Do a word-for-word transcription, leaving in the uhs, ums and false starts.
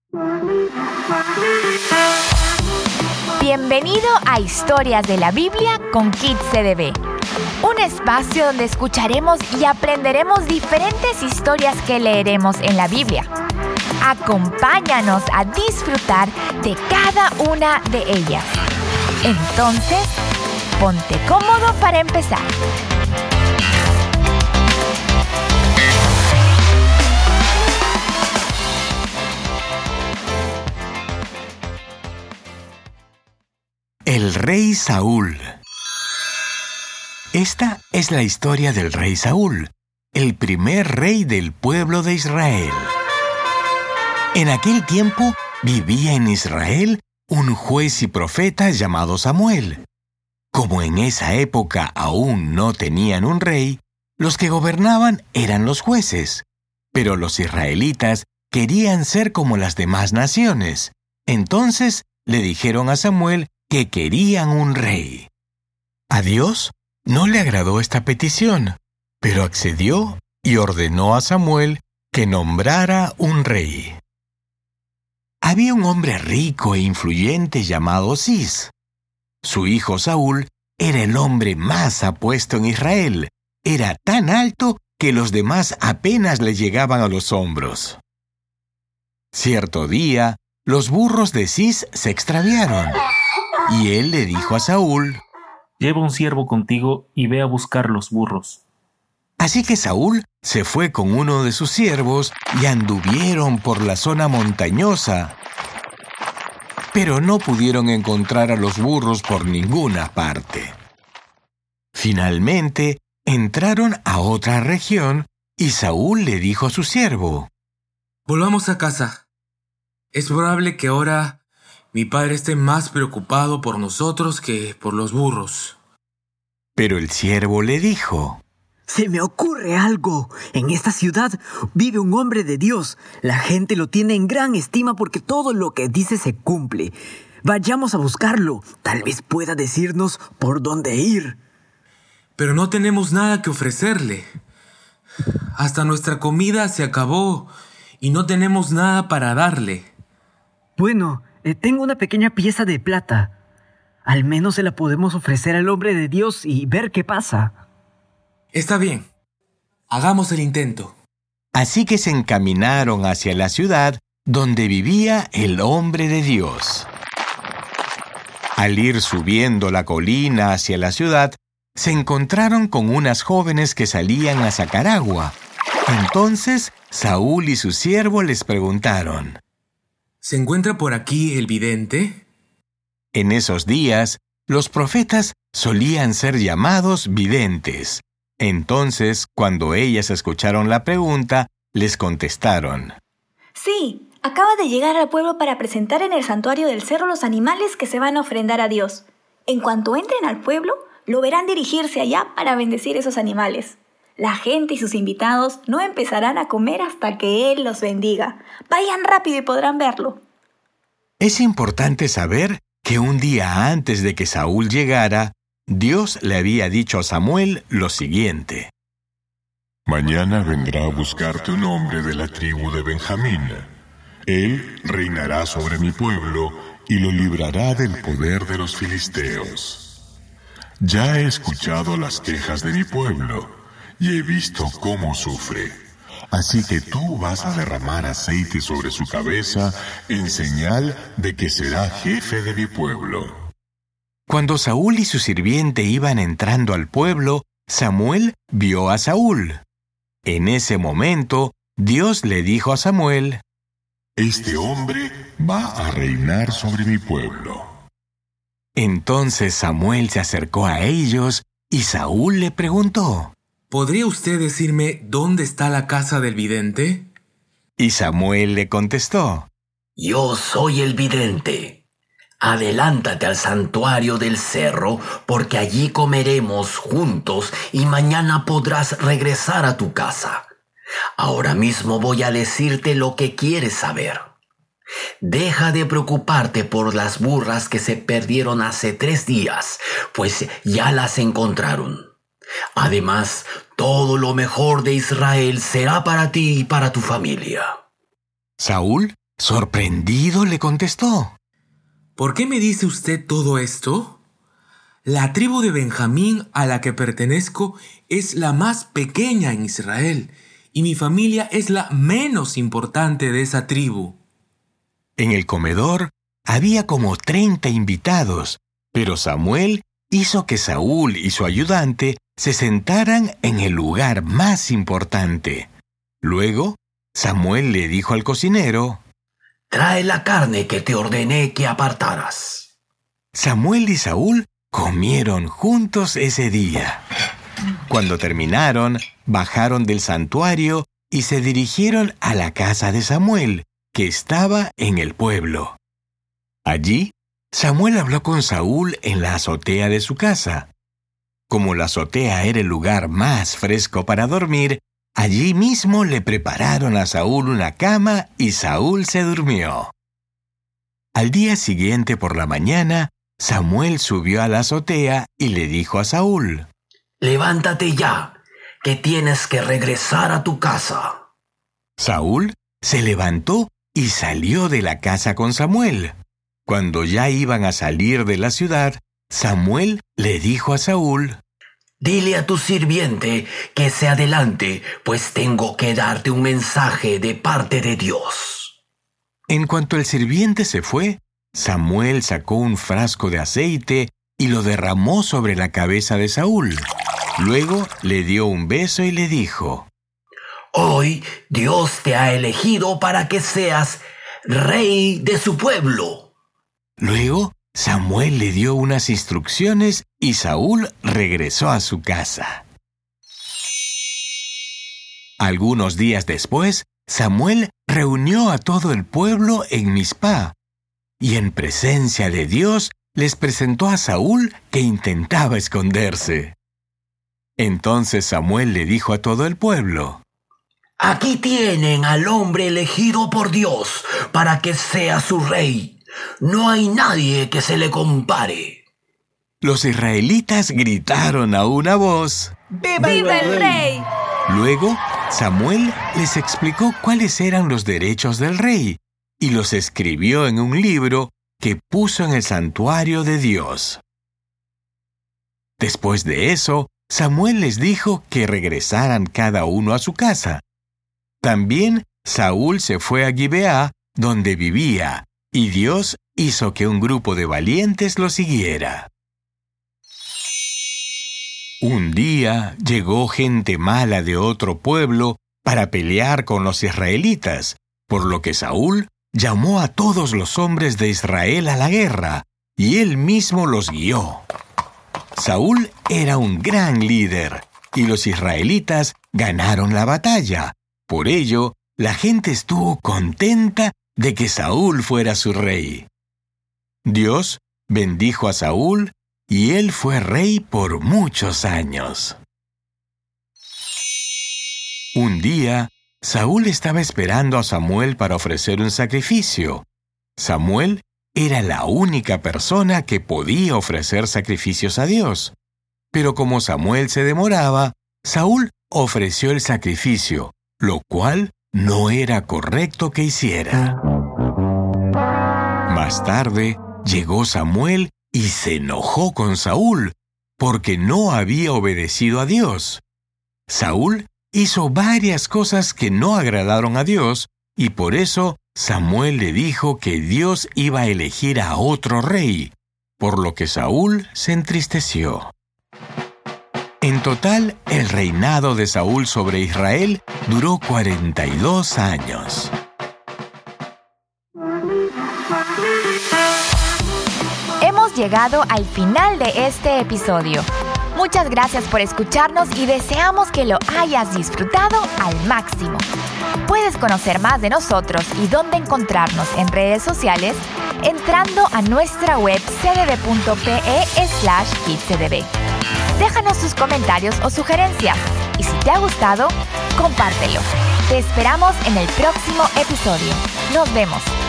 Bienvenido a Historias de la Biblia con Kids C D B, un espacio donde escucharemos y aprenderemos diferentes historias que leeremos en la Biblia. Acompáñanos a disfrutar de cada una de ellas. Entonces, ponte cómodo para empezar. El rey Saúl. Esta es la historia del rey Saúl, el primer rey del pueblo de Israel. En aquel tiempo vivía en Israel un juez y profeta llamado Samuel. Como en esa época aún no tenían un rey, los que gobernaban eran los jueces. Pero los israelitas querían ser como las demás naciones. Entonces le dijeron a Samuel que querían un rey. A Dios no le agradó esta petición, pero accedió y ordenó a Samuel que nombrara un rey. Había un hombre rico e influyente llamado Cis. Su hijo Saúl era el hombre más apuesto en Israel. Era tan alto que los demás apenas le llegaban a los hombros. Cierto día, los burros de Cis se extraviaron. Y él le dijo a Saúl: «Lleva un siervo contigo y ve a buscar los burros». Así que Saúl se fue con uno de sus siervos y anduvieron por la zona montañosa. Pero no pudieron encontrar a los burros por ninguna parte. Finalmente, entraron a otra región y Saúl le dijo a su siervo: «Volvamos a casa. Es probable que ahora mi padre esté más preocupado por nosotros que por los burros». Pero el siervo le dijo: «Se me ocurre algo. En esta ciudad vive un hombre de Dios. La gente lo tiene en gran estima porque todo lo que dice se cumple. Vayamos a buscarlo. Tal vez pueda decirnos por dónde ir». «Pero no tenemos nada que ofrecerle. Hasta nuestra comida se acabó y no tenemos nada para darle». «Bueno, eh, tengo una pequeña pieza de plata. Al menos se la podemos ofrecer al hombre de Dios y ver qué pasa». «Está bien. Hagamos el intento». Así que se encaminaron hacia la ciudad donde vivía el hombre de Dios. Al ir subiendo la colina hacia la ciudad, se encontraron con unas jóvenes que salían a sacar agua. Entonces Saúl y su siervo les preguntaron: «¿Se encuentra por aquí el vidente?» En esos días, los profetas solían ser llamados videntes. Entonces, cuando ellas escucharon la pregunta, les contestaron: «Sí, acaba de llegar al pueblo para presentar en el santuario del cerro los animales que se van a ofrendar a Dios. En cuanto entren al pueblo, lo verán dirigirse allá para bendecir esos animales. La gente y sus invitados no empezarán a comer hasta que Él los bendiga. Vayan rápido y podrán verlo». Es importante saber que un día antes de que Saúl llegara, Dios le había dicho a Samuel lo siguiente: «Mañana vendrá a buscarte un hombre de la tribu de Benjamín. Él reinará sobre mi pueblo y lo librará del poder de los filisteos. Ya he escuchado las quejas de mi pueblo y he visto cómo sufre. Así que tú vas a derramar aceite sobre su cabeza en señal de que será jefe de mi pueblo». Cuando Saúl y su sirviente iban entrando al pueblo, Samuel vio a Saúl. En ese momento, Dios le dijo a Samuel: «Este hombre va a reinar sobre mi pueblo». Entonces Samuel se acercó a ellos y Saúl le preguntó: «¿Podría usted decirme dónde está la casa del vidente?» Y Samuel le contestó: «Yo soy el vidente. Adelántate al santuario del cerro, porque allí comeremos juntos y mañana podrás regresar a tu casa. Ahora mismo voy a decirte lo que quieres saber. Deja de preocuparte por las burras que se perdieron hace tres días, pues ya las encontraron. Además, todo lo mejor de Israel será para ti y para tu familia». Saúl sorprendido, le contestó: ¿Por qué me dice usted todo esto? La tribu de Benjamín a la que pertenezco es la más pequeña en Israel, y mi familia es la menos importante de esa tribu. En el comedor había como treinta invitados, pero Samuel hizo que Saúl y su ayudante se sentaran en el lugar más importante. Luego, Samuel le dijo al cocinero: «Trae la carne que te ordené que apartaras». Samuel y Saúl comieron juntos ese día. Cuando terminaron, bajaron del santuario y se dirigieron a la casa de Samuel, que estaba en el pueblo. Allí, Samuel habló con Saúl en la azotea de su casa. Como la azotea era el lugar más fresco para dormir, allí mismo le prepararon a Saúl una cama y Saúl se durmió. Al día siguiente por la mañana, Samuel subió a la azotea y le dijo a Saúl: «Levántate ya, que tienes que regresar a tu casa». Saúl se levantó y salió de la casa con Samuel. Cuando ya iban a salir de la ciudad, Samuel le dijo a Saúl: «Dile a tu sirviente que se adelante, pues tengo que darte un mensaje de parte de Dios». En cuanto el sirviente se fue, Samuel sacó un frasco de aceite y lo derramó sobre la cabeza de Saúl. Luego le dio un beso y le dijo: «Hoy Dios te ha elegido para que seas rey de su pueblo». Luego Samuel le dio unas instrucciones y Saúl regresó a su casa. Algunos días después, Samuel reunió a todo el pueblo en Mizpá y en presencia de Dios les presentó a Saúl, que intentaba esconderse. Entonces Samuel le dijo a todo el pueblo: «Aquí tienen al hombre elegido por Dios para que sea su rey. No hay nadie que se le compare». Los israelitas gritaron a una voz: ¡Viva, ¡Viva el rey! Luego, Samuel les explicó cuáles eran los derechos del rey y los escribió en un libro que puso en el santuario de Dios. Después de eso, Samuel les dijo que regresaran cada uno a su casa. También Saúl se fue a Gibeá, donde vivía, y Dios hizo que un grupo de valientes lo siguiera. Un día llegó gente mala de otro pueblo para pelear con los israelitas, por lo que Saúl llamó a todos los hombres de Israel a la guerra, y él mismo los guió. Saúl era un gran líder, y los israelitas ganaron la batalla. Por ello, la gente estuvo contenta de que Saúl fuera su rey. Dios bendijo a Saúl, y él fue rey por muchos años. Un día, Saúl estaba esperando a Samuel para ofrecer un sacrificio. Samuel era la única persona que podía ofrecer sacrificios a Dios. Pero como Samuel se demoraba, Saúl ofreció el sacrificio, lo cual no era correcto que hiciera. Más tarde, llegó Samuel y se enojó con Saúl, porque no había obedecido a Dios. Saúl hizo varias cosas que no agradaron a Dios, y por eso Samuel le dijo que Dios iba a elegir a otro rey, por lo que Saúl se entristeció. En total, el reinado de Saúl sobre Israel duró cuarenta y dos años. Hemos llegado al final de este episodio. Muchas gracias por escucharnos y deseamos que lo hayas disfrutado al máximo. Puedes conocer más de nosotros y dónde encontrarnos en redes sociales entrando a nuestra web c d b punto p e slash kids c d b. Déjanos tus comentarios o sugerencias y si te ha gustado, compártelo. Te esperamos en el próximo episodio. Nos vemos.